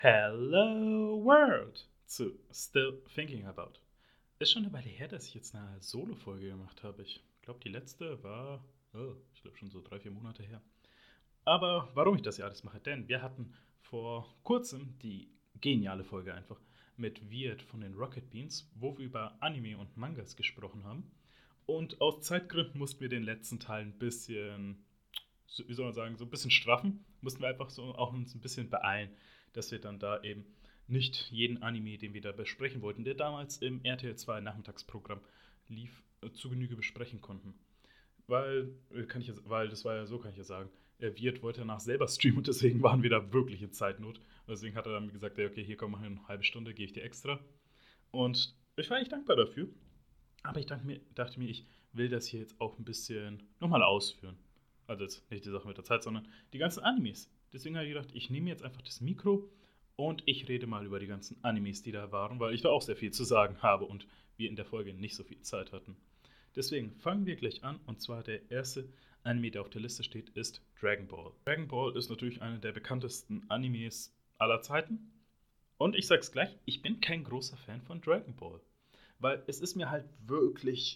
Hello World zu Still Thinking About. Ist schon eine Weile her, dass ich jetzt eine Solo-Folge gemacht habe. Ich glaube, die letzte war, ich glaube schon so 3, 4 Monate her. Aber warum ich das ja alles mache? Denn wir hatten vor kurzem die geniale Folge einfach mit Wirt von den Rocket Beans, wo wir über Anime und Mangas gesprochen haben. Und aus Zeitgründen mussten wir den letzten Teil ein bisschen, wie soll man sagen, so ein bisschen straffen. Mussten wir einfach so auch uns ein bisschen beeilen, dass wir dann da eben nicht jeden Anime, den wir da besprechen wollten, der damals im RTL 2 Nachmittagsprogramm lief, zu Genüge besprechen konnten. Weil das war ja so, kann ich ja sagen. Wirt wollte danach selber streamen und deswegen waren wir da wirklich in Zeitnot. Und deswegen hat er dann gesagt, ja, okay, hier komm, mach eine halbe Stunde, gebe ich dir extra. Und ich war echt dankbar dafür. Aber ich dachte mir, ich will das hier jetzt auch ein bisschen nochmal ausführen. Also jetzt nicht die Sache mit der Zeit, sondern die ganzen Animes. Deswegen habe ich gedacht, ich nehme jetzt einfach das Mikro und ich rede mal über die ganzen Animes, die da waren, weil ich da auch sehr viel zu sagen habe und wir in der Folge nicht so viel Zeit hatten. Deswegen fangen wir gleich an und zwar der erste Anime, der auf der Liste steht, ist Dragon Ball. Dragon Ball ist natürlich einer der bekanntesten Animes aller Zeiten. Und ich sag's gleich, ich bin kein großer Fan von Dragon Ball. Weil es ist mir halt wirklich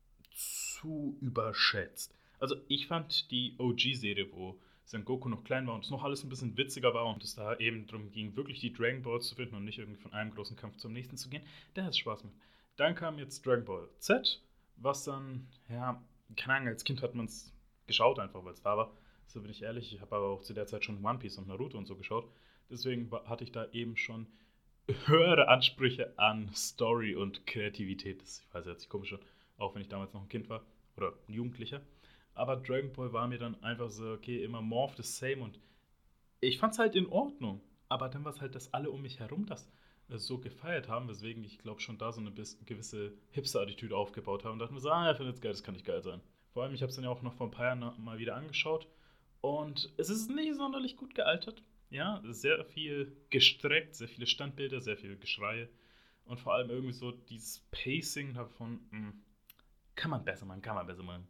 zu überschätzt. Also ich fand die OG-Serie, wo Son Goku noch klein war und es noch alles ein bisschen witziger war und es da eben darum ging, wirklich die Dragon Balls zu finden und nicht irgendwie von einem großen Kampf zum nächsten zu gehen, der hat Spaß gemacht. Dann kam jetzt Dragon Ball Z, was dann, ja, keine Ahnung, als Kind hat man es geschaut einfach, weil es da war. So bin ich ehrlich, ich habe aber auch zu der Zeit schon One Piece und Naruto und so geschaut. Deswegen hatte ich da eben schon höhere Ansprüche an Story und Kreativität. Das, ich weiß, hört sich komisch an, auch wenn ich damals noch ein Kind war oder ein Jugendlicher. Aber Dragon Ball war mir dann einfach so, okay, immer more of the same und ich fand's halt in Ordnung. Aber dann war es halt, dass alle um mich herum das so gefeiert haben, weswegen ich glaube schon da so eine gewisse Hipster-Attitüde aufgebaut habe und dachte mir so, er findet es geil, das kann nicht geil sein. Vor allem, ich habe es dann ja auch noch vor ein paar Jahren mal wieder angeschaut und es ist nicht sonderlich gut gealtert. Ja, sehr viel gestreckt, sehr viele Standbilder, sehr viel Geschreie und vor allem irgendwie so dieses Pacing davon, kann man besser machen, kann man besser machen.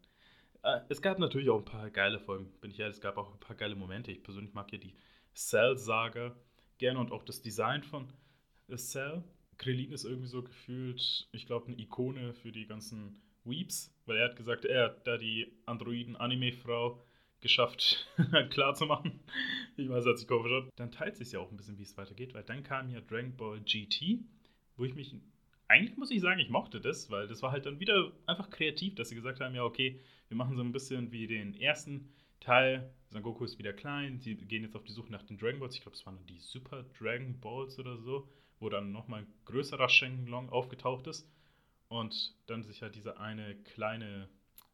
Es gab natürlich auch ein paar geile Folgen, bin ich ehrlich, es gab auch ein paar geile Momente. Ich persönlich mag ja die Cell-Saga gerne und auch das Design von Cell. Krillin ist irgendwie so gefühlt, ich glaube, eine Ikone für die ganzen Weeps, weil er hat gesagt, er hat da die Androiden-Anime-Frau geschafft, klarzumachen. Ich weiß, er hat sich komisch an. Dann teilt sich ja auch ein bisschen, wie es weitergeht, weil dann kam ja Dragon Ball GT, wo ich mich. Eigentlich muss ich sagen, ich mochte das, weil das war halt dann wieder einfach kreativ, dass sie gesagt haben: Ja, okay, wir machen so ein bisschen wie den ersten Teil. Son Goku ist wieder klein, sie gehen jetzt auf die Suche nach den Dragon Balls. Ich glaube, es waren dann die Super Dragon Balls oder so, wo dann nochmal ein größerer Shenlong aufgetaucht ist. Und dann sich halt dieser eine kleine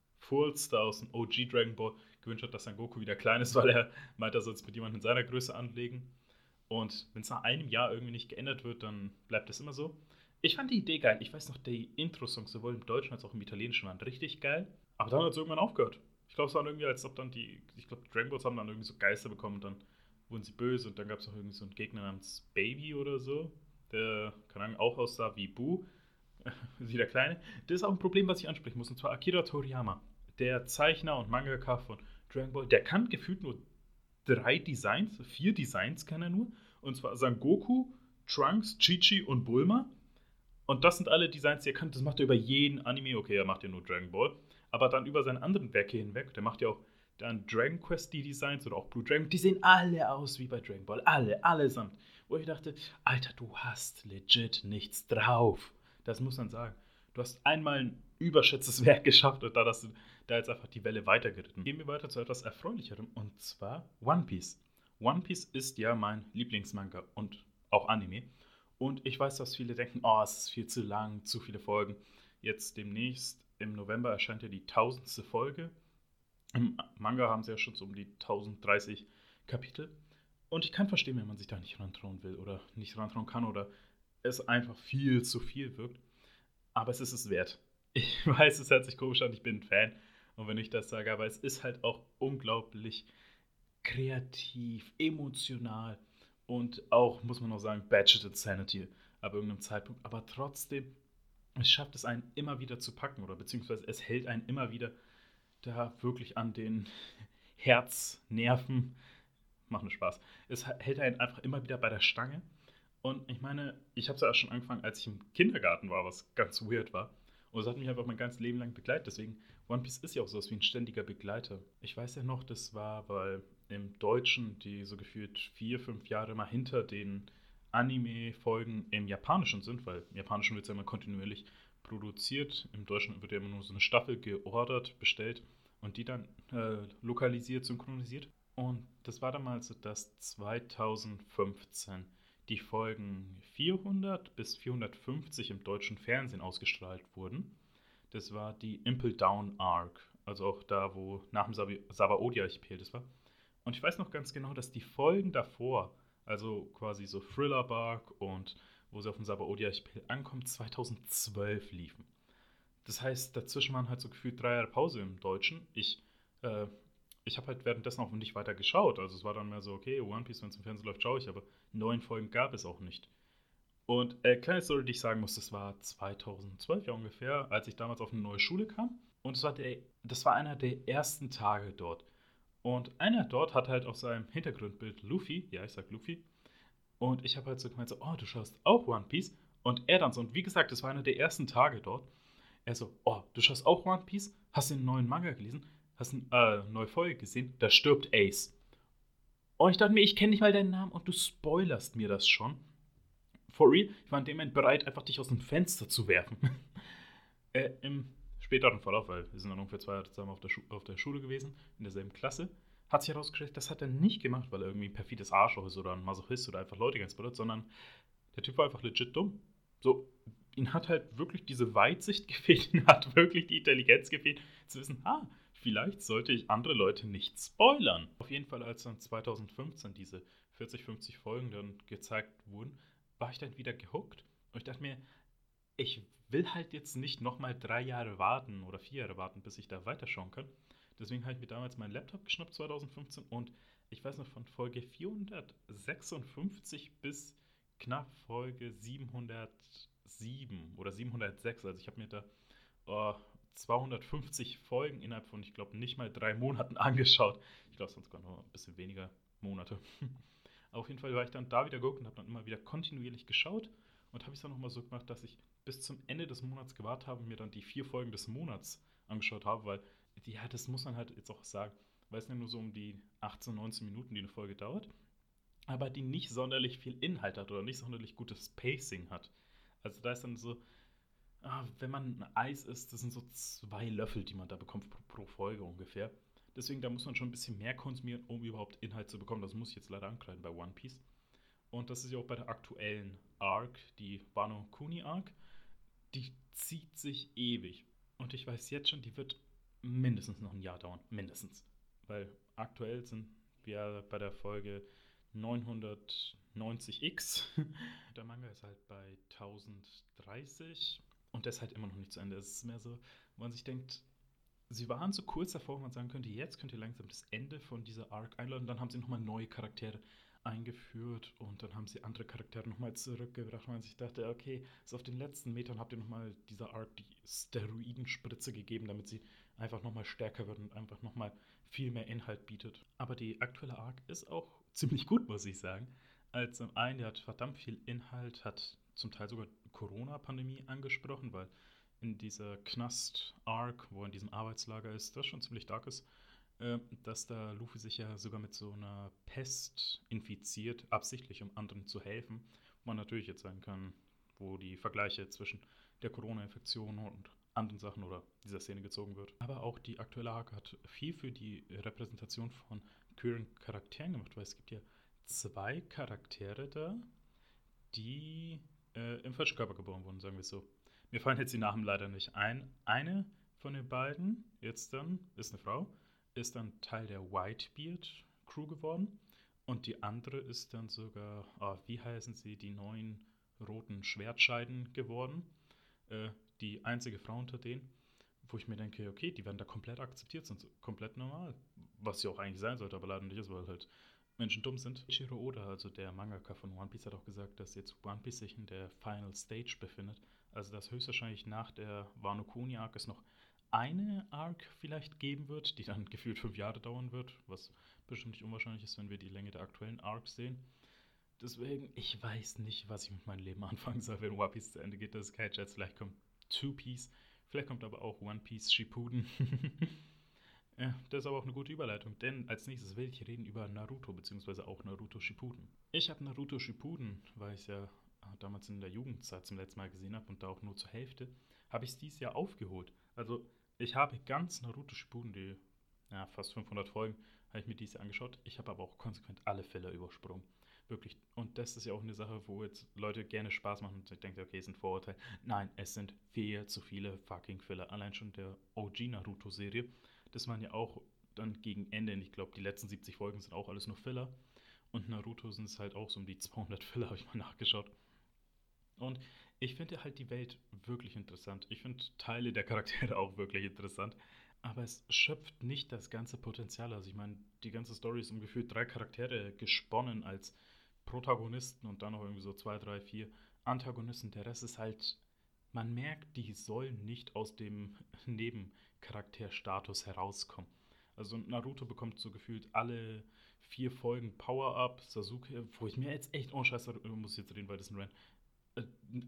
Furz aus dem OG Dragon Ball gewünscht hat, dass Son Goku wieder klein ist, weil er meint, er soll es mit jemandem in seiner Größe anlegen. Und wenn es nach einem Jahr irgendwie nicht geändert wird, dann bleibt es immer so. Ich fand die Idee geil. Ich weiß noch, die Intro-Songs sowohl im Deutschen als auch im Italienischen waren richtig geil. Aber dann hat es irgendwann aufgehört. Ich glaube, es war irgendwie, als ob dann ich glaube, Dragon Balls haben dann irgendwie so Geister bekommen und dann wurden sie böse und dann gab es auch irgendwie so einen Gegner namens Baby oder so, der, keine Ahnung, auch aussah wie Boo, wie der Kleine. Das ist auch ein Problem, was ich ansprechen muss, und zwar Akira Toriyama, der Zeichner und Mangaka von Dragon Ball, der kann gefühlt nur 3 Designs, 4 Designs kann er nur. Und zwar Sangoku, Trunks, Chi-Chi und Bulma. Und das sind alle Designs, die er kann. Das macht er über jeden Anime. Okay, er macht ja nur Dragon Ball. Aber dann über seine anderen Werke hinweg. Der macht ja auch dann Dragon Quest die Designs oder auch Blue Dragon. Die sehen alle aus wie bei Dragon Ball. Alle, allesamt. Wo ich dachte, Alter, du hast legit nichts drauf. Das muss man sagen. Du hast einmal ein überschätztes Werk geschafft und hast du da jetzt einfach die Welle weitergeritten. Gehen wir weiter zu etwas Erfreulicherem und zwar One Piece. One Piece ist ja mein Lieblingsmanga und auch Anime. Und ich weiß, dass viele denken, oh, es ist viel zu lang, zu viele Folgen. Jetzt demnächst im November erscheint ja die 1000. Folge. Im Manga haben sie ja schon so um die 1030 Kapitel. Und ich kann verstehen, wenn man sich da nicht rantrauen will oder nicht rantrauen kann oder es einfach viel zu viel wirkt. Aber es ist es wert. Ich weiß, es hört sich komisch an, ich bin ein Fan. Und wenn ich das sage, aber es ist halt auch unglaublich kreativ, emotional und auch, muss man noch sagen, Badget Insanity ab irgendeinem Zeitpunkt. Aber trotzdem, es schafft es einen immer wieder zu packen oder beziehungsweise es hält einen immer wieder da wirklich an den Herznerven. macht nur Spaß. Es hält einen einfach immer wieder bei der Stange. Und ich meine, ich habe es ja schon angefangen, als ich im Kindergarten war, was ganz weird war. Und es hat mich einfach mein ganzes Leben lang begleitet. Deswegen, One Piece ist ja auch sowas wie ein ständiger Begleiter. Ich weiß ja noch, das war, weil im Deutschen die so gefühlt 4, 5 Jahre mal hinter den Anime-Folgen im Japanischen sind, weil im Japanischen wird es ja immer kontinuierlich produziert. Im Deutschen wird ja immer nur so eine Staffel geordert, bestellt und die dann lokalisiert, synchronisiert. Und das war damals so, dass 2015 die Folgen 400 bis 450 im deutschen Fernsehen ausgestrahlt wurden. Das war die Impel Down Arc, also auch da, wo nach dem Sabaody-Archipel das war. Und ich weiß noch ganz genau, dass die Folgen davor, also quasi so Thriller Bark und wo sie auf dem Sabaody-Archipel ankommt, 2012 liefen. Das heißt, dazwischen waren halt so gefühlt 3 Jahre Pause im Deutschen. Äh, ich habe halt währenddessen auch nicht weiter geschaut. Also es war dann mehr so, okay, One Piece, wenn es im Fernsehen läuft, schaue ich, aber 9 Folgen gab es auch nicht. Und kleine Story, die ich sagen muss, das war 2012 ja ungefähr, als ich damals auf eine neue Schule kam. Und das war einer der ersten Tage dort. Und einer dort hat halt auf seinem Hintergrundbild Luffy, ja, ich sag Luffy, und ich habe halt so gemeint, so, oh, du schaust auch One Piece? Und er dann so, und wie gesagt, das war einer der ersten Tage dort. Er so, oh, du schaust auch One Piece? Hast du den neuen Manga gelesen? Hast du eine neue Folge gesehen? Da stirbt Ace. Und ich dachte mir, ich kenne nicht mal deinen Namen und du spoilerst mir das schon. For real, ich war in dem Moment bereit, einfach dich aus dem Fenster zu werfen. Im späteren Verlauf, weil wir sind dann ungefähr 2 Jahre zusammen auf der Schule gewesen, in derselben Klasse, hat sich herausgestellt, das hat er nicht gemacht, weil er irgendwie ein perfides Arschloch ist oder ein Masochist oder einfach Leute ganz blöd, sondern der Typ war einfach legit dumm. So, ihn hat halt wirklich diese Weitsicht gefehlt, ihn hat wirklich die Intelligenz gefehlt, zu wissen, vielleicht sollte ich andere Leute nicht spoilern. Auf jeden Fall, als dann 2015 diese 40, 50 Folgen dann gezeigt wurden, war ich dann wieder gehuckt. Und ich dachte mir, ich will halt jetzt nicht nochmal 3 Jahre warten oder 4 Jahre warten, bis ich da weiterschauen kann. Deswegen habe ich mir damals meinen Laptop geschnappt 2015 und ich weiß noch von Folge 456 bis knapp Folge 707 oder 706. Also ich habe mir da oh, 250 Folgen innerhalb von, ich glaube, nicht mal 3 Monaten angeschaut. Ich glaube, sonst noch ein bisschen weniger Monate. Auf jeden Fall war ich dann da wieder geguckt und habe dann immer wieder kontinuierlich geschaut und habe es dann nochmal so gemacht, dass ich bis zum Ende des Monats gewartet habe und mir dann die 4 Folgen des Monats angeschaut habe, weil, ja, das muss man halt jetzt auch sagen, weil es ja nur so um die 18, 19 Minuten, die eine Folge dauert, aber die nicht sonderlich viel Inhalt hat oder nicht sonderlich gutes Pacing hat. Also da ist dann so, wenn man ein Eis isst, das sind so 2 Löffel, die man da bekommt pro Folge ungefähr. Deswegen, da muss man schon ein bisschen mehr konsumieren, um überhaupt Inhalt zu bekommen. Das muss ich jetzt leider ankreiden bei One Piece. Und das ist ja auch bei der aktuellen Arc, die Wano Kuni Arc. Die zieht sich ewig. Und ich weiß jetzt schon, die wird mindestens noch ein Jahr dauern. Mindestens. Weil aktuell sind wir bei der Folge 990x. Der Manga ist halt bei 1030 und der ist halt immer noch nicht zu Ende. Es ist mehr so, wo man sich denkt, sie waren so kurz davor, wo man sagen könnte, jetzt könnt ihr langsam das Ende von dieser Arc einläuten. Dann haben sie nochmal neue Charaktere eingeführt und dann haben sie andere Charaktere nochmal zurückgebracht, weil man sich dachte, okay, so auf den letzten Metern habt ihr nochmal dieser Arc die Steroidenspritze gegeben, damit sie einfach nochmal stärker wird und einfach nochmal viel mehr Inhalt bietet. Aber die aktuelle Arc ist auch ziemlich gut, muss ich sagen. Als zum einen, die hat verdammt viel Inhalt, hat zum Teil sogar Corona-Pandemie angesprochen, weil in dieser Knast-Arc, wo er in diesem Arbeitslager ist, das schon ziemlich dark ist, dass da Luffy sich ja sogar mit so einer Pest infiziert, absichtlich, um anderen zu helfen. Wo man natürlich jetzt sagen kann, wo die Vergleiche zwischen der Corona-Infektion und anderen Sachen oder dieser Szene gezogen wird. Aber auch die aktuelle Arc hat viel für die Repräsentation von queeren Charakteren gemacht, weil es gibt ja 2 Charaktere da, die im Fischkörper geboren wurden, sagen wir es so. Mir fallen jetzt die Namen leider nicht ein. Eine von den beiden, jetzt dann, ist eine Frau, ist dann Teil der Whitebeard-Crew geworden. Und die andere ist dann sogar, wie heißen sie, die neuen roten Schwertscheiden geworden. Äh, die einzige Frau unter denen, wo ich mir denke, okay, die werden da komplett akzeptiert, sind komplett normal. Was sie auch eigentlich sein sollte, aber leider nicht ist, weil halt Menschen dumm sind. Ichiro Oda, also der Mangaka von One Piece, hat auch gesagt, dass jetzt One Piece sich in der Final Stage befindet. Also dass höchstwahrscheinlich nach der Wano Kuni Arc es noch eine Arc vielleicht geben wird, die dann gefühlt 5 Jahre dauern wird, was bestimmt nicht unwahrscheinlich ist, wenn wir die Länge der aktuellen Arcs sehen. Deswegen, ich weiß nicht, was ich mit meinem Leben anfangen soll, wenn One Piece zu Ende geht. Das ist kein Scherz. Vielleicht kommt Two Piece, vielleicht kommt aber auch One Piece Shippuden. Ja, das ist aber auch eine gute Überleitung, denn als nächstes will ich reden über Naruto, beziehungsweise auch Naruto Shippuden. Ich habe Naruto Shippuden, weil ich es ja damals in der Jugendzeit zum letzten Mal gesehen habe und da auch nur zur Hälfte, habe ich es dieses Jahr aufgeholt. Also ich habe ganz Naruto Shippuden, die fast 500 Folgen, habe ich mir dieses Jahr angeschaut. Ich habe aber auch konsequent alle Fälle übersprungen. Wirklich. Und das ist ja auch eine Sache, wo jetzt Leute gerne Spaß machen und sich denken, okay, es sind Vorurteile. Nein, es sind viel zu viele fucking Filler. Allein schon der OG Naruto-Serie. Das waren ja auch dann gegen Ende, ich glaube, die letzten 70 Folgen sind auch alles nur Filler. Und Naruto sind es halt auch so um die 200 Filler, habe ich mal nachgeschaut. Und ich finde halt die Welt wirklich interessant. Ich finde Teile der Charaktere auch wirklich interessant. Aber es schöpft nicht das ganze Potenzial. Also ich meine, die ganze Story ist um gefühlt 3 Charaktere gesponnen als Protagonisten und dann noch irgendwie so 2, 3, 4 Antagonisten. Der Rest ist halt, man merkt, die sollen nicht aus dem Nebencharakterstatus herauskommen. Also Naruto bekommt so gefühlt alle 4 Folgen Power-Up, Sasuke, wo ich mir jetzt echt, oh Scheiße, muss ich jetzt reden, weil das ist ein Rant. Äh,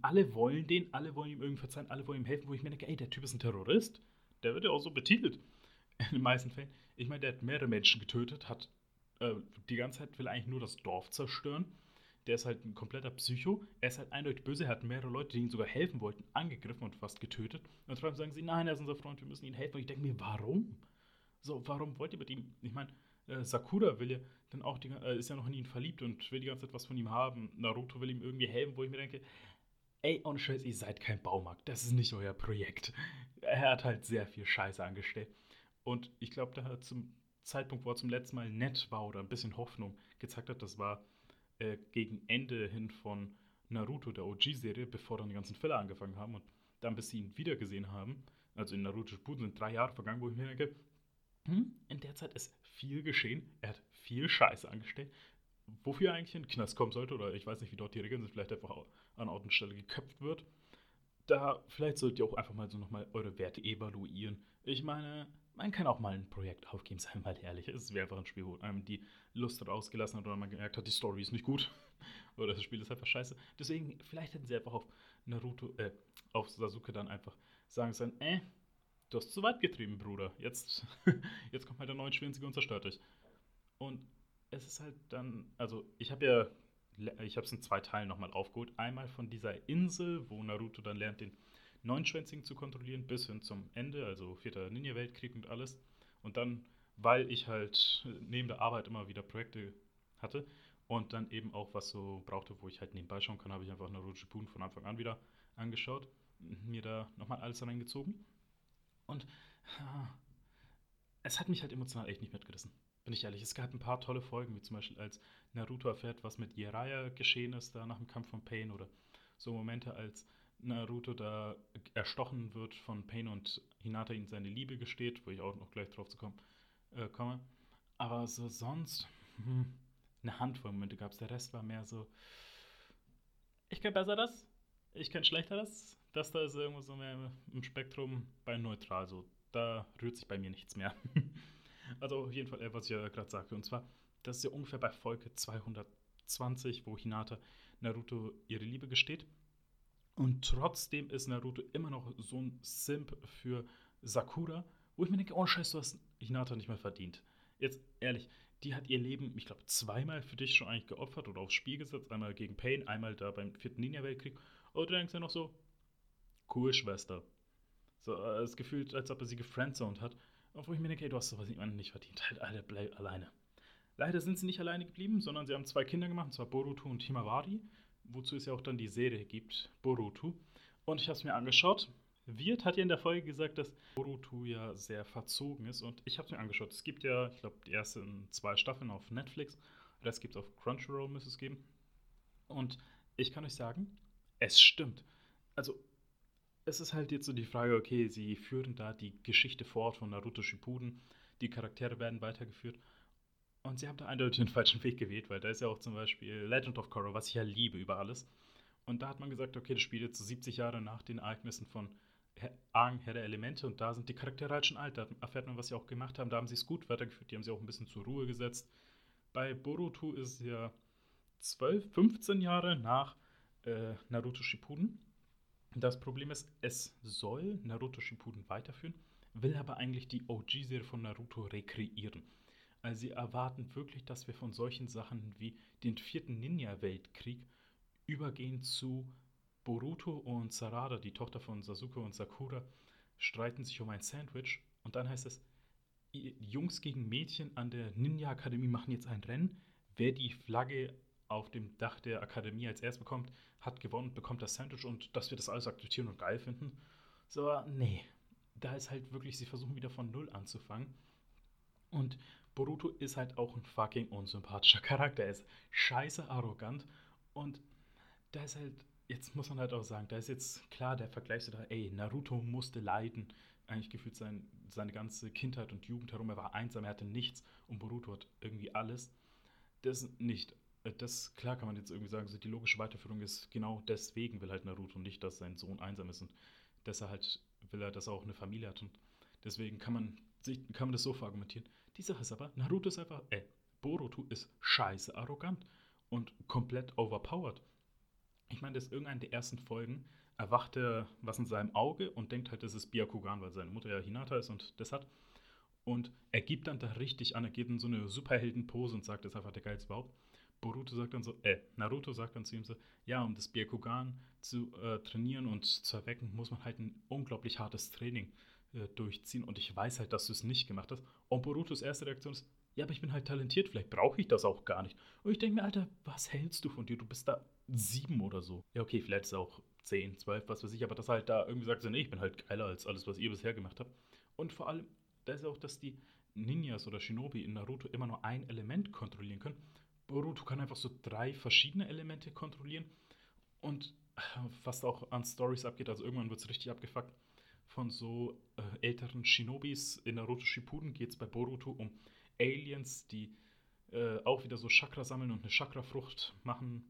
alle wollen ihm irgendwie verzeihen, alle wollen ihm helfen, wo ich mir denke, ey, der Typ ist ein Terrorist. Der wird ja auch so betitelt. In den meisten Fällen. Ich meine, der hat mehrere Menschen getötet, hat die ganze Zeit will eigentlich nur das Dorf zerstören. Der ist halt ein kompletter Psycho. Er ist halt eindeutig böse. Er hat mehrere Leute, die ihm sogar helfen wollten, angegriffen und fast getötet. Und trotzdem sagen sie, nein, er ist unser Freund, wir müssen ihm helfen. Und ich denke mir, warum? So, warum wollt ihr mit ihm? Ich meine, Sakura will ja dann auch ist ja noch in ihn verliebt und will die ganze Zeit was von ihm haben. Naruto will ihm irgendwie helfen, wo ich mir denke, ey, ohne Scheiß, ihr seid kein Baumarkt. Das ist nicht euer Projekt. Er hat halt sehr viel Scheiße angestellt. Und ich glaube, da hat zum Zeitpunkt, wo er zum letzten Mal nett war oder ein bisschen Hoffnung gezeigt hat, das war gegen Ende hin von Naruto, der OG-Serie, bevor dann die ganzen Fälle angefangen haben und dann, bis sie ihn wiedergesehen haben, also in Naruto Shippuden sind 3 Jahre vergangen, wo ich mir denke, in der Zeit ist viel geschehen, er hat viel Scheiße angestellt, wofür er eigentlich in den Knast kommen sollte, oder ich weiß nicht, wie dort die Regeln sind, vielleicht einfach an Ort und Stelle geköpft wird. Da, vielleicht solltet ihr auch einfach mal so nochmal eure Werte evaluieren. Ich meine, man kann auch mal ein Projekt aufgeben, seien wir mal ehrlich. Es wäre einfach ein Spiel, wo einem die Lust rausgelassen hat oder man gemerkt hat, die Story ist nicht gut. Oder das Spiel ist einfach scheiße. Deswegen, vielleicht hätten sie einfach auf auf Sasuke dann einfach sagen sollen, du hast zu weit getrieben, Bruder. Jetzt kommt halt der 29 und zerstört dich. Und es ist halt dann, also ich habe es in 2 Teilen nochmal aufgeholt. Einmal von dieser Insel, wo Naruto dann lernt, den Neunschwänzigen zu kontrollieren, bis hin zum Ende, also 4. Ninja-Weltkrieg und alles. Und dann, weil ich halt neben der Arbeit immer wieder Projekte hatte und dann eben auch was so brauchte, wo ich halt nebenbei schauen kann, habe ich einfach Naruto Shippuden von Anfang an wieder angeschaut, mir da nochmal alles reingezogen. Und es hat mich halt emotional echt nicht mitgerissen. Bin ich ehrlich. Es gab ein paar tolle Folgen, wie zum Beispiel als Naruto erfährt, was mit Jiraiya geschehen ist, da nach dem Kampf von Pain oder so Momente, als Naruto da erstochen wird von Pain und Hinata ihm seine Liebe gesteht, wo ich auch noch gleich drauf komme. Aber so sonst, eine Handvoll Momente gab es. Der Rest war mehr so, ich kann besser das, ich kann schlechter das. Das da ist irgendwo so mehr im Spektrum bei neutral. So, da rührt sich bei mir nichts mehr. Also auf jeden Fall, was ich ja gerade sagte. Und zwar, das ist ja ungefähr bei Folge 220, wo Hinata Naruto ihre Liebe gesteht. Und trotzdem ist Naruto immer noch so ein Simp für Sakura, wo ich mir denke, oh Scheiße, du hast Hinata nicht mehr verdient. Jetzt ehrlich, die hat ihr Leben, ich glaube, 2-mal für dich schon eigentlich geopfert oder aufs Spiel gesetzt. Einmal gegen Pain, einmal da beim 4. Ninja-Weltkrieg. Und du denkst ja noch so, cool, Schwester. So, es gefühlt, als ob er sie gefriendzoned hat. Und wo ich mir denke, ey, du hast sowas nicht verdient. Halt, Alter, bleib alleine. Leider sind sie nicht alleine geblieben, sondern sie haben 2 Kinder gemacht, und zwar Boruto und Himawari, wozu es ja auch dann die Serie gibt, Boruto. Und ich habe es mir angeschaut. Wirt hat ja in der Folge gesagt, dass Boruto ja sehr verzogen ist. Und ich habe es mir angeschaut. Es gibt ja, ich glaube, die ersten 2 Staffeln auf Netflix. Das gibt es auf Crunchyroll, müsste es geben. Und ich kann euch sagen, es stimmt. Also, es ist halt jetzt so die Frage, okay, sie führen da die Geschichte fort von Naruto Shippuden. Die Charaktere werden weitergeführt. Und sie haben da eindeutig den falschen Weg gewählt, weil da ist ja auch zum Beispiel Legend of Korra, was ich ja liebe über alles. Und da hat man gesagt, okay, das spielt jetzt so 70 Jahre nach den Ereignissen von Herr der Elemente und da sind die Charaktere halt schon alt. Da erfährt man, was sie auch gemacht haben. Da haben sie es gut weitergeführt. Die haben sie auch ein bisschen zur Ruhe gesetzt. Bei Boruto ist es ja 12, 15 Jahre nach Naruto Shippuden. Das Problem ist, es soll Naruto Shippuden weiterführen, will aber eigentlich die OG-Serie von Naruto rekreieren. Also sie erwarten wirklich, dass wir von solchen Sachen wie den vierten Ninja-Weltkrieg übergehen zu Boruto und Sarada, die Tochter von Sasuke und Sakura, streiten sich um ein Sandwich und dann heißt es, Jungs gegen Mädchen an der Ninja-Akademie machen jetzt ein Rennen. Wer die Flagge auf dem Dach der Akademie als erst bekommt, hat gewonnen, bekommt das Sandwich und dass wir das alles akzeptieren und geil finden. So, nee. Da ist halt wirklich, sie versuchen wieder von Null anzufangen. Und Boruto ist halt auch ein fucking unsympathischer Charakter. Er ist scheiße arrogant und da ist halt, jetzt muss man halt auch sagen, da ist jetzt klar der Vergleich so da, ey, Naruto musste leiden, eigentlich gefühlt seine ganze Kindheit und Jugend herum, er war einsam, er hatte nichts und Boruto hat irgendwie alles. Das nicht. Das, klar kann man jetzt irgendwie sagen, so die logische Weiterführung ist, genau deswegen will halt Naruto nicht, dass sein Sohn einsam ist und dass er halt will er, dass er auch eine Familie hat und deswegen kann man das so verargumentieren. Die Sache ist aber, Naruto ist einfach, Boruto ist scheiße arrogant und komplett overpowered. Ich meine, das ist irgendeine der ersten Folgen, erwacht er was in seinem Auge und denkt halt, das ist Byakugan, weil seine Mutter ja Hinata ist und das hat. Und er gibt dann da richtig an, er geht in so eine Superheldenpose und sagt, das ist einfach der geilste überhaupt. Naruto sagt dann zu ihm so, ja, um das Byakugan zu trainieren und zu erwecken, muss man halt ein unglaublich hartes Training durchziehen. Und ich weiß halt, dass du es nicht gemacht hast. Und Borutos erste Reaktion ist, ja, aber ich bin halt talentiert, vielleicht brauche ich das auch gar nicht. Und ich denke mir, Alter, was hältst du von dir? Du bist da 7 oder so. Ja, okay, vielleicht ist er auch 10, 12, was weiß ich, aber dass er halt da irgendwie sagt, so, nee, ich bin halt geiler als alles, was ihr bisher gemacht habt. Und vor allem, da ist ja auch, dass die Ninjas oder Shinobi in Naruto immer nur ein Element kontrollieren können. Boruto kann einfach so 3 verschiedene Elemente kontrollieren und was auch an Stories abgeht, also irgendwann wird es richtig abgefuckt. Von so älteren Shinobis in Naruto Shippuden geht es bei Boruto um Aliens, die auch wieder so Chakra sammeln und eine Chakrafrucht machen,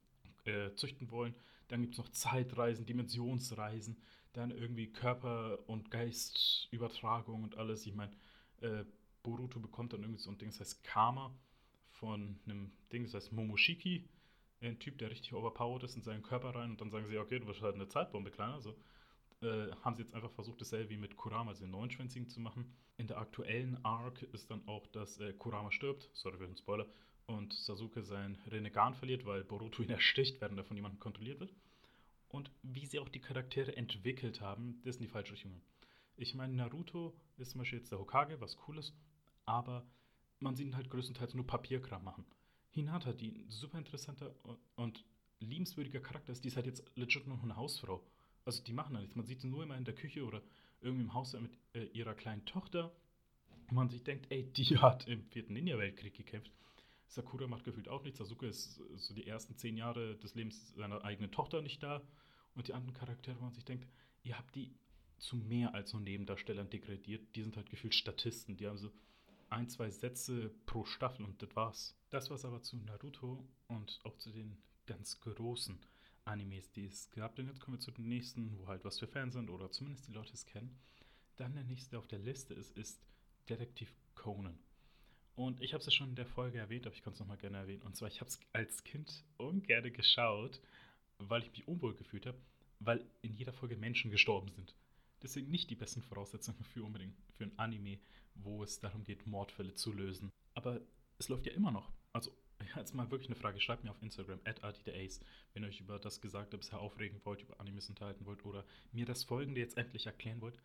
züchten wollen. Dann gibt es noch Zeitreisen, Dimensionsreisen, dann irgendwie Körper- und Geistübertragung und alles. Ich meine, äh, Boruto bekommt dann irgendwie so ein Ding, das heißt Karma von einem Ding, das heißt Momoshiki. Ein Typ, der richtig overpowered ist in seinen Körper rein und dann sagen sie, okay, du bist halt eine Zeitbombe, kleiner. Also haben sie jetzt einfach versucht, dasselbe wie mit Kurama, also den Neunschwänzigen, zu machen. In der aktuellen Arc ist dann auch, dass Kurama stirbt, sorry für den Spoiler, und Sasuke sein Renegan verliert, weil Boruto ihn ersticht, während er von jemandem kontrolliert wird. Und wie sie auch die Charaktere entwickelt haben, das sind die falsche Richtung. Ich meine, Naruto ist zum Beispiel jetzt der Hokage, was cool ist, aber man sieht ihn halt größtenteils nur Papierkram machen. Hinata, die ein super interessanter und liebenswürdiger Charakter ist, die ist halt jetzt legit noch eine Hausfrau. Also die machen da nichts. Man sieht sie nur immer in der Küche oder irgendwie im Haus mit ihrer kleinen Tochter. Und man sich denkt, ey, die hat im vierten Ninja-Weltkrieg gekämpft. Sakura macht gefühlt auch nichts. Sasuke ist so die ersten 10 Jahre des Lebens seiner eigenen Tochter nicht da. Und die anderen Charaktere, wo man sich denkt, ihr habt die zu mehr als nur Nebendarstellern degradiert. Die sind halt gefühlt Statisten. Die haben so ein, zwei Sätze pro Staffel und das war's. Das war's aber zu Naruto und auch zu den ganz großen Animes, die es gab. Und jetzt kommen wir zu den nächsten, wo halt was für Fans sind oder zumindest die Leute es kennen. Dann der nächste auf der Liste ist Detektiv Conan. Und ich habe es ja schon in der Folge erwähnt, aber ich kann es nochmal gerne erwähnen. Und zwar, ich habe es als Kind ungern geschaut, weil ich mich unwohl gefühlt habe, weil in jeder Folge Menschen gestorben sind. Deswegen nicht die besten Voraussetzungen für unbedingt für ein Anime, wo es darum geht, Mordfälle zu lösen. Aber es läuft ja immer noch. Also, jetzt mal wirklich eine Frage. Schreibt mir auf Instagram, @artiterace, wenn ihr euch über das Gesagte bisher aufregen wollt, über Animes unterhalten wollt oder mir das Folgende jetzt endlich erklären wollt.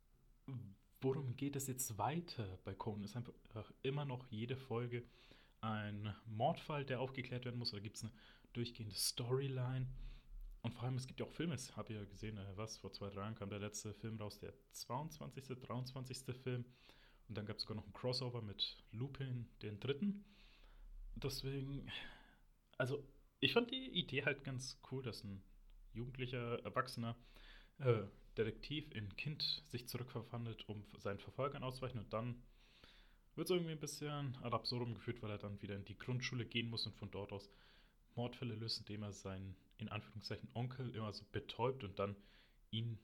Worum geht es jetzt weiter bei Conan? Ist einfach immer noch jede Folge ein Mordfall, der aufgeklärt werden muss? Oder gibt es eine durchgehende Storyline? Und vor allem, es gibt ja auch Filme. Ich habe ja gesehen, vor 2, 3 Jahren kam der letzte Film raus, der 22., 23. Film. Und dann gab es sogar noch ein Crossover mit Lupin, den dritten. Deswegen, also, ich fand die Idee halt ganz cool, dass ein jugendlicher, erwachsener äh, Detektiv in Kind sich zurückverwandelt, um seinen Verfolgern auszuweichen. Und dann wird es irgendwie ein bisschen ad absurdum geführt, weil er dann wieder in die Grundschule gehen muss und von dort aus Mordfälle löst, indem er seinen, in Anführungszeichen, Onkel immer so betäubt und dann ihn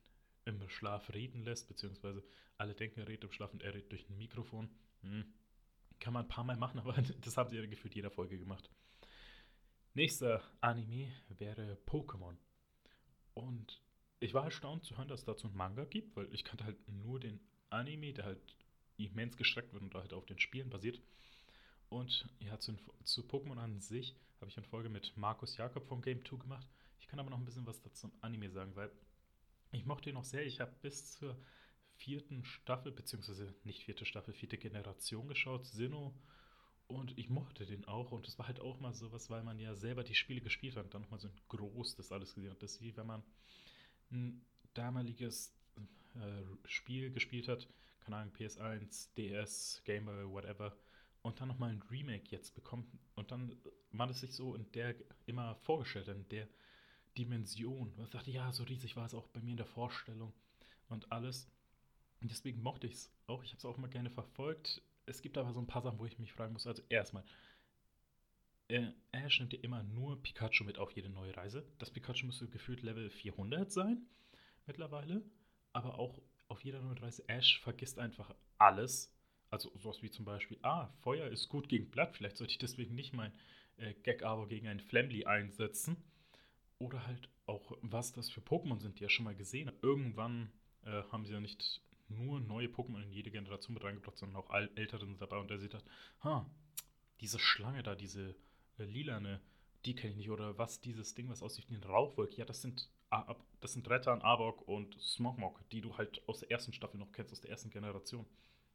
im Schlaf reden lässt, beziehungsweise alle denken, er redet im Schlaf und er redet durch ein Mikrofon. Hm. Kann man ein paar Mal machen, aber das haben sie ja gefühlt jeder Folge gemacht. Nächster Anime wäre Pokémon. Und ich war erstaunt zu hören, dass es dazu einen Manga gibt, weil ich kannte halt nur den Anime, der halt immens gestreckt wird und halt auf den Spielen basiert. Und ja, zu Pokémon an sich habe ich eine Folge mit Markus Jakob von Game 2 gemacht. Ich kann aber noch ein bisschen was dazu zum Anime sagen, weil ich mochte ihn noch sehr. Ich habe bis zur vierten Staffel, beziehungsweise nicht vierte Staffel, vierte Generation geschaut, Sinnoh. Und ich mochte den auch. Und das war halt auch mal sowas, weil man ja selber die Spiele gespielt hat und dann nochmal so ein groß das alles gesehen hat. Das ist wie wenn man ein damaliges Spiel gespielt hat, keine Ahnung, PS1, DS, Game Boy, whatever, und dann nochmal ein Remake jetzt bekommt und dann man es sich so in der immer vorgestellt, in der Dimension. Man dachte, ja, so riesig war es auch bei mir in der Vorstellung und alles. Und deswegen mochte ich es auch. Ich habe es auch immer gerne verfolgt. Es gibt aber so ein paar Sachen, wo ich mich fragen muss. Also erstmal, Ash nimmt ja immer nur Pikachu mit auf jede neue Reise. Das Pikachu müsste gefühlt Level 400 sein mittlerweile. Aber auch auf jeder neuen Reise, Ash vergisst einfach alles. Also sowas wie zum Beispiel, Feuer ist gut gegen Blatt, vielleicht sollte ich deswegen nicht mein Gag-Abo gegen einen Flamly einsetzen. Oder halt auch, was das für Pokémon sind, die er schon mal gesehen hat. Irgendwann haben sie ja nicht nur neue Pokémon in jede Generation mit reingebracht, sondern auch älteren dabei. Und er sieht halt, diese Schlange da, diese lilane, die kenne ich nicht. Oder was dieses Ding, was aussieht wie eine Rauchwolke. Ja, das sind Rettan, Arbok und Smogmog, die du halt aus der ersten Staffel noch kennst, aus der ersten Generation.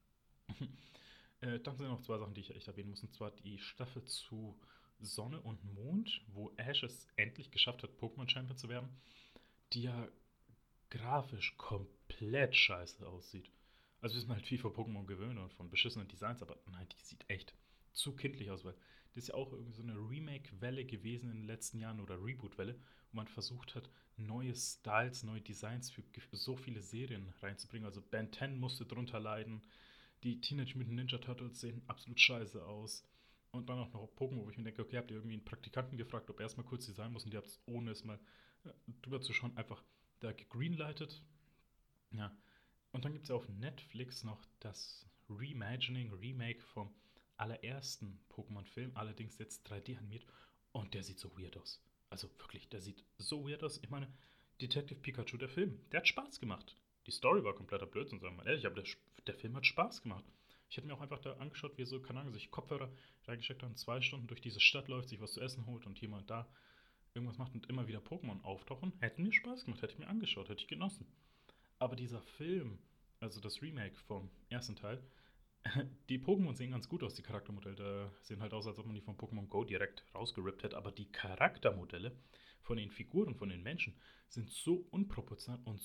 Dann sind noch zwei Sachen, die ich echt erwähnen muss. Und zwar die Staffel zu Sonne und Mond, wo Ash es endlich geschafft hat, Pokémon-Champion zu werden, die ja grafisch komplett scheiße aussieht. Also wir sind halt viel von Pokémon gewöhnt und von beschissenen Designs, aber nein, die sieht echt zu kindlich aus, weil das ist ja auch irgendwie so eine Remake-Welle gewesen in den letzten Jahren oder Reboot-Welle, wo man versucht hat, neue Styles, neue Designs für so viele Serien reinzubringen. Also Ben 10 musste drunter leiden, die Teenage Mutant Ninja Turtles sehen absolut scheiße aus. Und dann auch noch Pokémon, wo ich mir denke, okay, habt ihr irgendwie einen Praktikanten gefragt, ob er erstmal kurz designen muss und ihr habt es, ohne es mal drüber zu schauen, einfach da gegreenlightet. Ja. Und dann gibt es ja auf Netflix noch das Reimagining, Remake vom allerersten Pokémon-Film, allerdings jetzt 3D animiert. Und der sieht so weird aus. Also wirklich, der sieht so weird aus. Ich meine, Detective Pikachu, der Film, der hat Spaß gemacht. Die Story war kompletter Blödsinn, sagen wir mal ehrlich, aber der Film hat Spaß gemacht. Ich hätte mir auch einfach da angeschaut, wie er so, keine Ahnung, sich Kopfhörer reingesteckt hat und 2 Stunden durch diese Stadt läuft, sich was zu essen holt und hier mal da irgendwas macht und immer wieder Pokémon auftauchen. Hätte mir Spaß gemacht, hätte ich mir angeschaut, hätte ich genossen. Aber dieser Film, also das Remake vom ersten Teil, die Pokémon sehen ganz gut aus, die Charaktermodelle. Da sehen halt aus, als ob man die von Pokémon Go direkt rausgerippt hätte. Aber die Charaktermodelle von den Figuren, von den Menschen, sind so unproportional und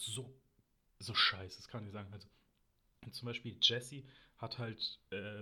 so scheiße, das kann ich sagen. Also zum Beispiel Jessie hat halt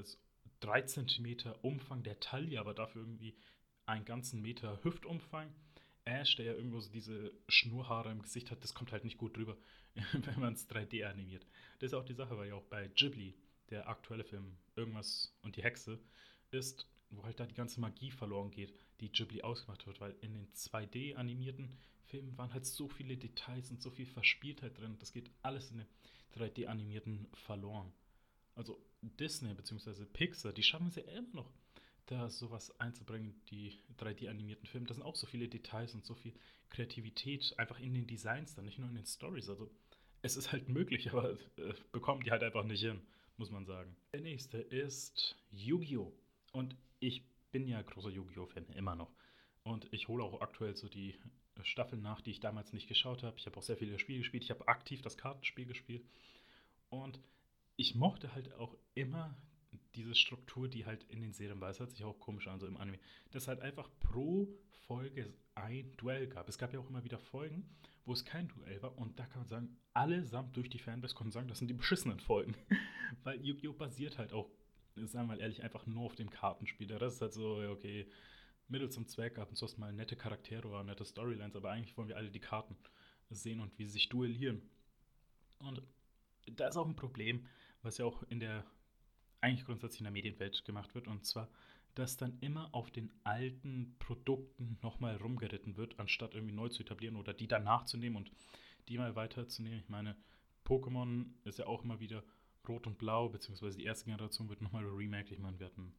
3 Zentimeter Umfang der Taille, aber dafür irgendwie einen ganzen Meter Hüftumfang. Ash, der ja irgendwo so diese Schnurrhaare im Gesicht hat, das kommt halt nicht gut drüber, wenn man es 3D animiert. Das ist auch die Sache, weil ja auch bei Ghibli, der aktuelle Film, irgendwas und die Hexe, ist, wo halt da die ganze Magie verloren geht, die Ghibli ausgemacht wird, weil in den 2D animierten Filmen waren halt so viele Details und so viel Verspieltheit drin, das geht alles in den 3D-animierten verloren. Also Disney bzw. Pixar, die schaffen es ja immer noch, da sowas einzubringen, die 3D-animierten Filme. Da sind auch so viele Details und so viel Kreativität einfach in den Designs, dann nicht nur in den Stories. Also es ist halt möglich, aber bekommen die halt einfach nicht hin, muss man sagen. Der nächste ist Yu-Gi-Oh! Und ich bin ja großer Yu-Gi-Oh!-Fan, immer noch. Und ich hole auch aktuell so die Staffeln nach, die ich damals nicht geschaut habe. Ich habe auch sehr viele Spiele gespielt. Ich habe aktiv das Kartenspiel gespielt. Und ich mochte halt auch immer diese Struktur, die halt in den Serien war. Es hört sich auch komisch an, so im Anime. Dass halt einfach pro Folge ein Duell gab. Es gab ja auch immer wieder Folgen, wo es kein Duell war. Und da kann man sagen, allesamt durch die Fanbase konnten sagen, das sind die beschissenen Folgen. Weil Yu-Gi-Oh! Basiert halt auch, sagen wir mal ehrlich, einfach nur auf dem Kartenspiel. Der Rest ist halt so, ja, okay, Mittel zum Zweck, ab und zu hast mal nette Charaktere oder nette Storylines, aber eigentlich wollen wir alle die Karten sehen und wie sie sich duellieren. Und da ist auch ein Problem, was ja auch in der eigentlich grundsätzlich in der Medienwelt gemacht wird, und zwar, dass dann immer auf den alten Produkten nochmal rumgeritten wird, anstatt irgendwie neu zu etablieren oder die dann nachzunehmen und die mal weiterzunehmen. Ich meine, Pokémon ist ja auch immer wieder Rot und Blau, beziehungsweise die erste Generation wird nochmal remaked. Ich meine, wir hatten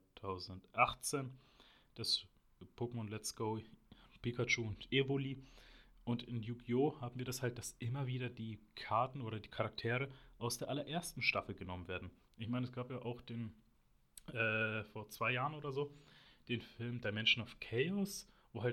2018 das Pokémon Let's Go, Pikachu und Evoli. Und in Yu-Gi-Oh! Haben wir das halt, dass immer wieder die Karten oder die Charaktere aus der allerersten Staffel genommen werden. Ich meine, es gab ja auch den, vor 2 Jahren oder so, den Film Dimension of Chaos,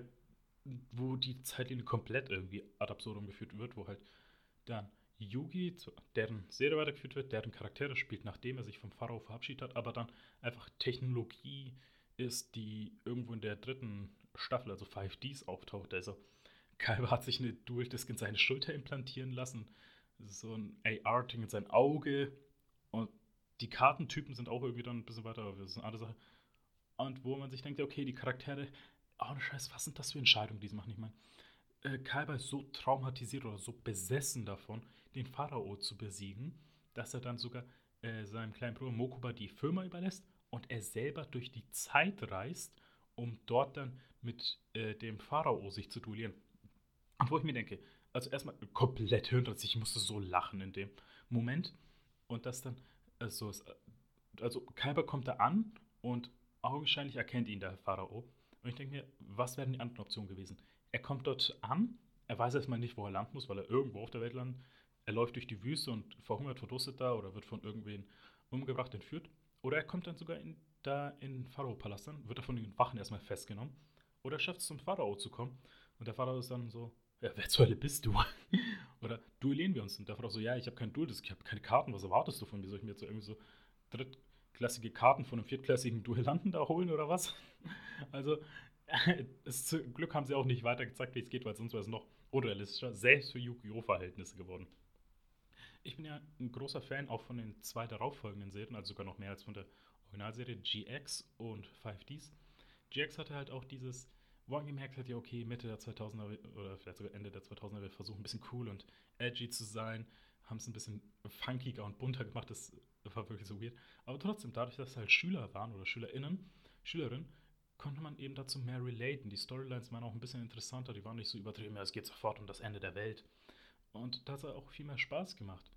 wo die Zeitlinie komplett irgendwie ad absurdum geführt wird, wo halt dann Yugi, deren Serie weitergeführt wird, deren Charaktere spielt, nachdem er sich vom Pharao verabschiedet hat, aber dann einfach Technologie ist, die irgendwo in der dritten Staffel, also 5Ds, auftaucht. Also Kaiba hat sich eine Dual-Disc in seine Schulter implantieren lassen, so ein AR-Ding in sein Auge und die Kartentypen sind auch irgendwie dann ein bisschen weiter, aber das ist eine andere Sache. Und wo man sich denkt, ja, okay, die Charaktere, oh ne Scheiß, was sind das für Entscheidungen, die sie machen? Ich meine, Kaiba ist so traumatisiert oder so besessen davon, den Pharao zu besiegen, dass er dann sogar seinem kleinen Bruder Mokuba die Firma überlässt und er selber durch die Zeit reist, um dort dann mit dem Pharao sich zu duellieren. Und wo ich mir denke, also erstmal komplett hirnrissig, ich musste so lachen in dem Moment. Und das dann, also, also Kaiba kommt da an und augenscheinlich erkennt ihn der Pharao. Und ich denke mir, was wären die anderen Optionen gewesen? Er kommt dort an, er weiß erstmal nicht, wo er landen muss, weil er irgendwo auf der Welt landet. Er läuft durch die Wüste und verhungert, verdurstet da oder wird von irgendwen umgebracht, entführt. Oder er kommt dann sogar in den Pharao-Palast an, wird er von den Wachen erstmal festgenommen. Oder er schafft es zum Pharao zu kommen. Und der Pharao ist dann so, ja, wer zur Hölle bist du? Oder duellieren wir uns? Und der Pharao so, ja, ich habe kein Duel, ich habe keine Karten, was erwartest du von mir? Soll ich mir jetzt so irgendwie so drittklassige Karten von einem viertklassigen Duellanten da holen oder was? Also, zum Glück haben sie auch nicht weiter gezeigt, wie es geht, weil sonst wäre es noch unrealistischer, selbst für Yu-Gi-Oh! Verhältnisse geworden. Ich bin ja ein großer Fan auch von den zwei darauffolgenden Serien, also sogar noch mehr als von der Originalserie GX und 5Ds. GX hatte halt auch dieses, wo man gemerkt hat, ja, okay, Mitte der 2000er oder vielleicht sogar Ende der 2000er, wir versuchen ein bisschen cool und edgy zu sein, haben es ein bisschen funkiger und bunter gemacht, das war wirklich so weird. Aber trotzdem, dadurch, dass es halt Schüler waren oder Schülerinnen, konnte man eben dazu mehr relaten. Die Storylines waren auch ein bisschen interessanter, die waren nicht so übertrieben, ja, es geht sofort um das Ende der Welt. Und das hat auch viel mehr Spaß gemacht.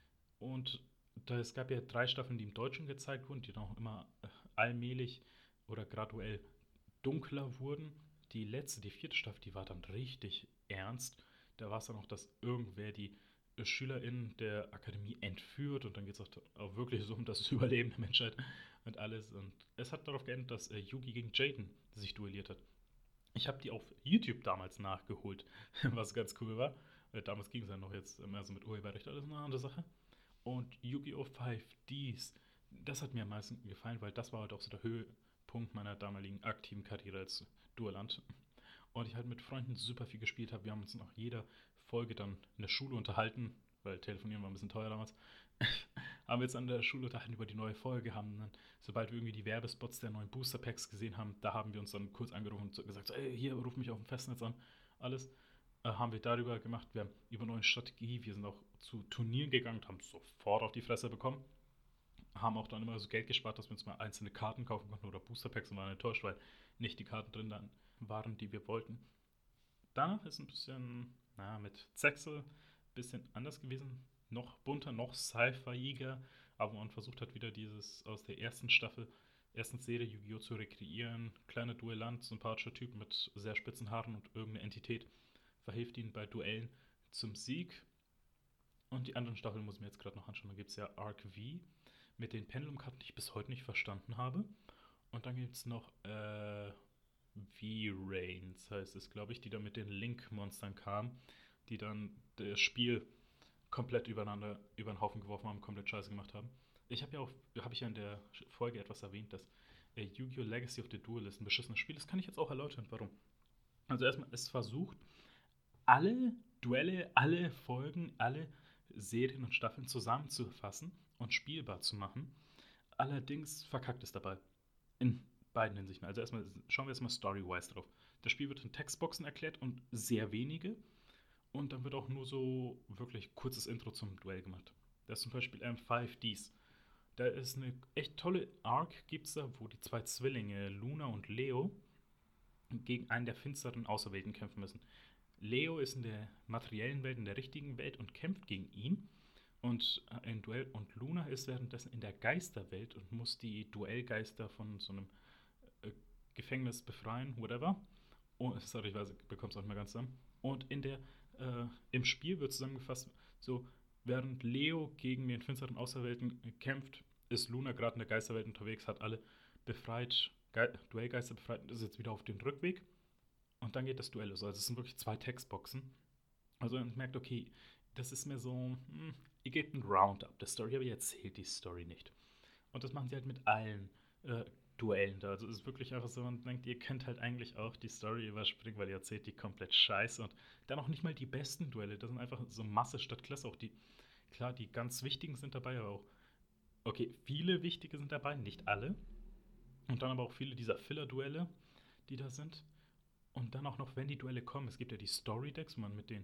Und es gab ja 3 Staffeln, die im Deutschen gezeigt wurden, die dann auch immer allmählich oder graduell dunkler wurden. Die letzte, die 4. Staffel, die war dann richtig ernst. Da war es dann auch, dass irgendwer die SchülerInnen der Akademie entführt und dann geht es auch wirklich so um das Überleben der Menschheit und alles. Und es hat darauf geendet, dass Yugi gegen Jaden sich duelliert hat. Ich habe die auf YouTube damals nachgeholt, was ganz cool war. Damals ging es ja noch jetzt mehr so mit Urheberrecht, alles eine andere Sache. Und Yu-Gi-Oh! 5Ds, das hat mir am meisten gefallen, weil das war halt auch so der Höhepunkt meiner damaligen aktiven Karriere als Duellant. Und ich halt mit Freunden super viel gespielt habe. Wir haben uns nach jeder Folge dann in der Schule unterhalten, weil Telefonieren war ein bisschen teuer damals. Haben wir jetzt an der Schule unterhalten über die neue Folge, haben dann, sobald wir irgendwie die Werbespots der neuen Booster Packs gesehen haben, da haben wir uns dann kurz angerufen und gesagt, so, ey, hier, ruf mich auf dem Festnetz an, alles. Haben wir darüber gemacht, wir haben über neue Strategie, wir sind auch zu Turnieren gegangen und haben sofort auf die Fresse bekommen. Haben auch dann immer so Geld gespart, dass wir uns mal einzelne Karten kaufen konnten oder Booster Packs und waren enttäuscht, weil nicht die Karten drin dann waren, die wir wollten. Danach ist ein bisschen, mit Zexel ein bisschen anders gewesen. Noch bunter, noch sci-fiiger, aber man versucht hat, wieder dieses aus der ersten Staffel, ersten Serie Yu-Gi-Oh! Zu rekreieren. Kleiner Duellant, sympathischer Typ mit sehr spitzen Haaren und irgendeine Entität verhilft ihnen bei Duellen zum Sieg. Und die anderen Staffeln muss ich mir jetzt gerade noch anschauen. Da gibt es ja Arc V mit den Pendulum-Karten, die ich bis heute nicht verstanden habe. Und dann gibt es noch V-Rains, heißt es, glaube ich, die dann mit den Link-Monstern kamen, die dann das Spiel komplett über den Haufen geworfen haben, komplett scheiße gemacht haben. Habe ich ja in der Folge etwas erwähnt, dass Yu-Gi-Oh! Legacy of the Duelist ein beschissenes Spiel ist. Kann ich jetzt auch erläutern, warum. Also erstmal, es versucht, alle Duelle, alle Folgen, alle Serien und Staffeln zusammenzufassen und spielbar zu machen. Allerdings verkackt es dabei. In beiden Hinsichten. Also erstmal schauen wir jetzt mal story-wise drauf. Das Spiel wird in Textboxen erklärt und sehr wenige. Und dann wird auch nur so wirklich kurzes Intro zum Duell gemacht. Das ist zum Beispiel M5Ds. Da ist eine echt tolle Arc, gibt's da, wo die zwei Zwillinge, Luna und Leo, gegen einen der finsteren Auserwählten kämpfen müssen. Leo ist in der materiellen Welt, in der richtigen Welt und kämpft gegen ihn. Und ein Duell. Und Luna ist währenddessen in der Geisterwelt und muss die Duellgeister von so einem äh, Gefängnis befreien, whatever. Oh, sorry, ich weiß, ich bekomme es auch nicht mehr ganz zusammen. Und im Spiel wird zusammengefasst, so, während Leo gegen den finsteren Außerwelten kämpft, ist Luna gerade in der Geisterwelt unterwegs, hat alle befreit, Duellgeister befreit und ist jetzt wieder auf dem Rückweg. Und dann geht das Duell los. Also es sind wirklich 2 Textboxen. Also man merkt, okay, das ist mir so, ihr gebt ein Roundup der Story, aber ihr erzählt die Story nicht. Und das machen sie halt mit allen Duellen da. Also es ist wirklich einfach so, man denkt, ihr könnt halt eigentlich auch die Story überspringen, weil ihr erzählt die komplett scheiße. Und dann auch nicht mal die besten Duelle. Das sind einfach so Masse statt Klasse. Auch die, klar, die ganz wichtigen sind dabei, aber auch, okay, viele wichtige sind dabei, nicht alle. Und dann aber auch viele dieser Filler-Duelle, die da sind. Und dann auch noch, wenn die Duelle kommen, es gibt ja die Story-Decks, wo man mit den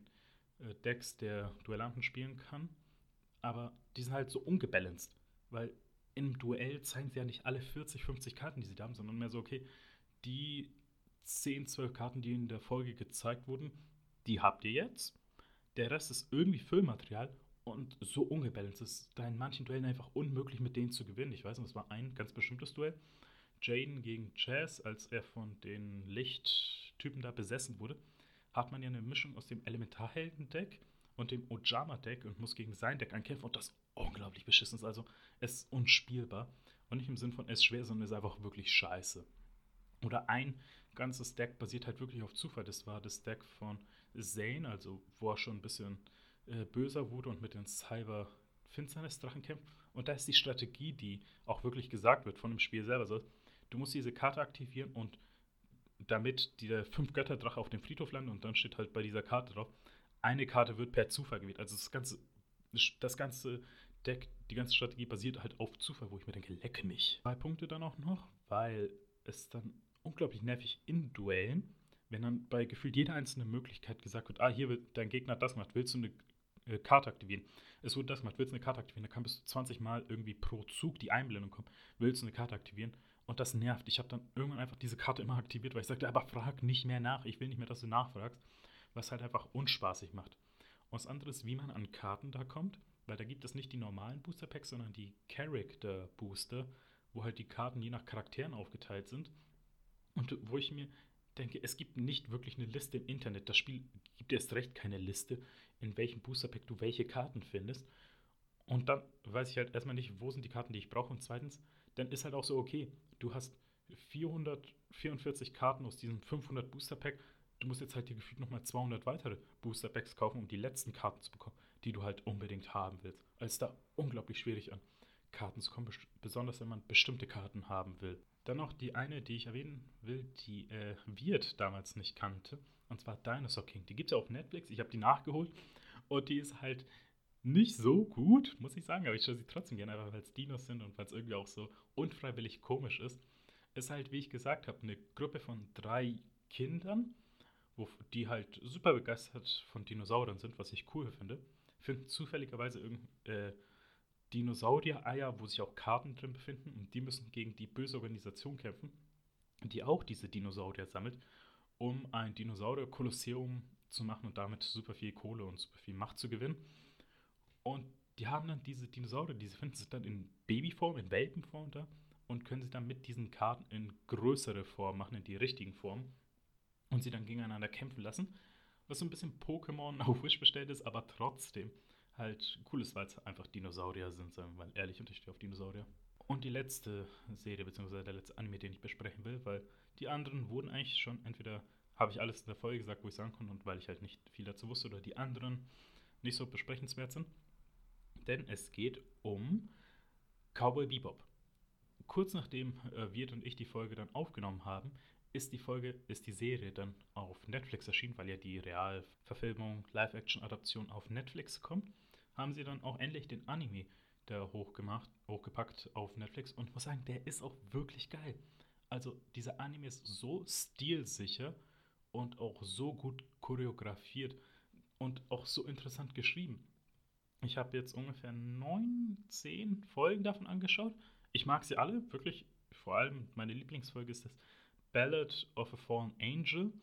Decks der Duellanten spielen kann. Aber die sind halt so ungebalanced. Weil im Duell zeigen sie ja nicht alle 40, 50 Karten, die sie da haben, sondern mehr so, okay, die 10, 12 Karten, die in der Folge gezeigt wurden, die habt ihr jetzt. Der Rest ist irgendwie Füllmaterial und so ungebalanced. Es ist da in manchen Duellen einfach unmöglich, mit denen zu gewinnen. Ich weiß nicht, es war ein ganz bestimmtes Duell. Jaden gegen Jazz, als er von den Lichttypen da besessen wurde, hat man ja eine Mischung aus dem Elementarhelden-Deck und dem Ojama-Deck und muss gegen sein Deck ankämpfen und das unglaublich beschissen ist. Also es ist unspielbar. Und nicht im Sinn von es ist schwer, sondern es ist einfach wirklich scheiße. Oder ein ganzes Deck basiert halt wirklich auf Zufall. Das war das Deck von Zane, also wo er schon ein bisschen böser wurde und mit den Cyber-Finsternis-Drachen kämpft. Und da ist die Strategie, die auch wirklich gesagt wird von dem Spiel selber. So, du musst diese Karte aktivieren und damit der 5-Götter-Drache auf dem Friedhof landet und dann steht halt bei dieser Karte drauf, eine Karte wird per Zufall gewählt. Also das ganze Deck, die ganze Strategie basiert halt auf Zufall, wo ich mir denke, lecke mich. 2 Punkte dann auch noch, weil es dann unglaublich nervig in Duellen, wenn dann bei gefühlt jeder einzelne Möglichkeit gesagt wird, hier wird dein Gegner das gemacht, willst du eine Karte aktivieren? Es wurde das gemacht, willst du eine Karte aktivieren? Da kann bis zu 20 Mal irgendwie pro Zug die Einblendung kommen, willst du eine Karte aktivieren? Und das nervt. Ich habe dann irgendwann einfach diese Karte immer aktiviert, weil ich sagte, aber frag nicht mehr nach, ich will nicht mehr, dass du nachfragst, was halt einfach unspaßig macht. Und das andere ist, wie man an Karten da kommt, weil da gibt es nicht die normalen Booster Packs, sondern die Character Booster, wo halt die Karten je nach Charakteren aufgeteilt sind. Und wo ich mir denke, es gibt nicht wirklich eine Liste im Internet. Das Spiel gibt erst recht keine Liste, in welchem Booster Pack du welche Karten findest. Und dann weiß ich halt erstmal nicht, wo sind die Karten, die ich brauche. Und zweitens, dann ist halt auch so, okay, du hast 444 Karten aus diesem 500 Booster Pack. Du musst jetzt halt dir gefühlt nochmal 200 weitere Booster Packs kaufen, um die letzten Karten zu bekommen, die du halt unbedingt haben willst. Also es ist da unglaublich schwierig an Karten zu kommen, besonders wenn man bestimmte Karten haben will. Dann noch die eine, die ich erwähnen will, die Wirt damals nicht kannte, und zwar Dinosaur King. Die gibt es ja auf Netflix, ich habe die nachgeholt und die ist halt nicht so gut, muss ich sagen, aber ich schaue sie trotzdem gerne, einfach weil es Dinos sind und weil es irgendwie auch so unfreiwillig komisch ist. Ist halt, wie ich gesagt habe, eine Gruppe von 3 Kindern, die halt super begeistert von Dinosauriern sind, was ich cool finde. Finden zufälligerweise irgendein Dinosaurier-Eier, wo sich auch Karten drin befinden und die müssen gegen die böse Organisation kämpfen, die auch diese Dinosaurier sammelt, um ein Dinosaurier-Kolosseum zu machen und damit super viel Kohle und super viel Macht zu gewinnen. Und die haben dann diese Dinosaurier, diese finden sich dann in Babyform, in Welpenform da und können sie dann mit diesen Karten in größere Form machen, in die richtigen Formen und sie dann gegeneinander kämpfen lassen. Was so ein bisschen Pokémon auf Wish bestellt ist, aber trotzdem halt cool ist, weil es einfach Dinosaurier sind, sagen wir mal ehrlich, und ich stehe auf Dinosaurier. Und die letzte Serie, beziehungsweise der letzte Anime, den ich besprechen will, weil die anderen wurden eigentlich schon, entweder habe ich alles in der Folge gesagt, wo ich sagen konnte, und weil ich halt nicht viel dazu wusste, oder die anderen nicht so besprechenswert sind. Denn es geht um Cowboy Bebop. Kurz nachdem Wirt und ich die Folge dann aufgenommen haben, ist die Serie dann auf Netflix erschienen, weil ja die Realverfilmung, Live-Action-Adaption auf Netflix kommt, haben sie dann auch endlich den Anime da hochgepackt auf Netflix und ich muss sagen, der ist auch wirklich geil. Also dieser Anime ist so stilsicher und auch so gut choreografiert und auch so interessant geschrieben. Ich habe jetzt ungefähr 9, 10 Folgen davon angeschaut. Ich mag sie alle, wirklich. Vor allem meine Lieblingsfolge ist das Ballad of a Fallen Angel.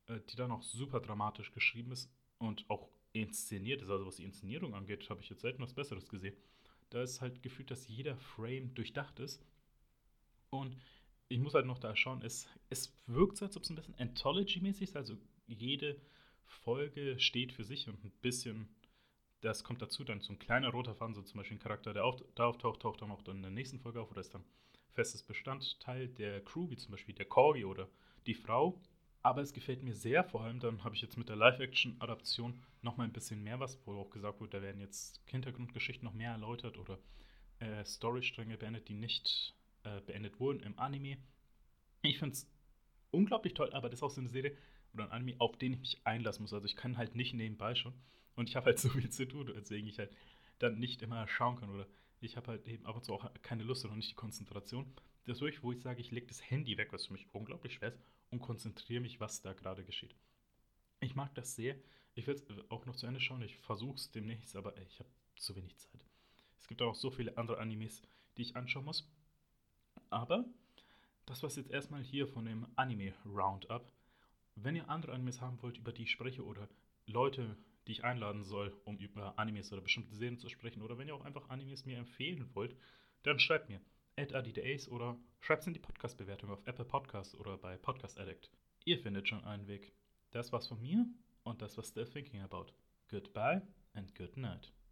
die dann auch super dramatisch geschrieben ist und auch inszeniert ist. Also was die Inszenierung angeht, habe ich jetzt selten was Besseres gesehen. Da ist halt gefühlt, dass jeder Frame durchdacht ist. Und ich muss halt noch da schauen, es wirkt so, als ob es ein bisschen Anthology-mäßig ist. Also jede Folge steht für sich und ein bisschen, das kommt dazu, dann so ein kleiner roter Faden, so zum Beispiel ein Charakter, der da auftaucht, taucht dann auch dann in der nächsten Folge auf oder ist dann festes Bestandteil der Crew, wie zum Beispiel der Corgi oder die Frau. Aber es gefällt mir sehr, vor allem dann habe ich jetzt mit der Live-Action-Adaption noch mal ein bisschen mehr was, wo auch gesagt wird, da werden jetzt Hintergrundgeschichten noch mehr erläutert oder Storystränge beendet, die nicht beendet wurden im Anime. Ich finde es unglaublich toll, aber das ist auch so eine Serie oder ein Anime, auf den ich mich einlassen muss. Also ich kann halt nicht nebenbei schauen und ich habe halt so viel zu tun, weswegen ich halt dann nicht immer schauen kann oder ich habe halt eben ab und zu auch keine Lust oder nicht die Konzentration. Das ist wirklich, wo ich sage, ich lege das Handy weg, was für mich unglaublich schwer ist und konzentriere mich, was da gerade geschieht. Ich mag das sehr. Ich will es auch noch zu Ende schauen. Ich versuche es demnächst, aber ich habe zu wenig Zeit. Es gibt auch so viele andere Animes, die ich anschauen muss. Aber das war jetzt erstmal hier von dem Anime Roundup. Wenn ihr andere Animes haben wollt, über die ich spreche oder Leute, die ich einladen soll, um über Animes oder bestimmte Serien zu sprechen oder wenn ihr auch einfach Animes mir empfehlen wollt, dann schreibt mir @adidace oder schreibt es in die Podcast-Bewertung auf Apple Podcasts oder bei Podcast Addict. Ihr findet schon einen Weg. Das war's von mir und das war Still Thinking About. Goodbye and good night.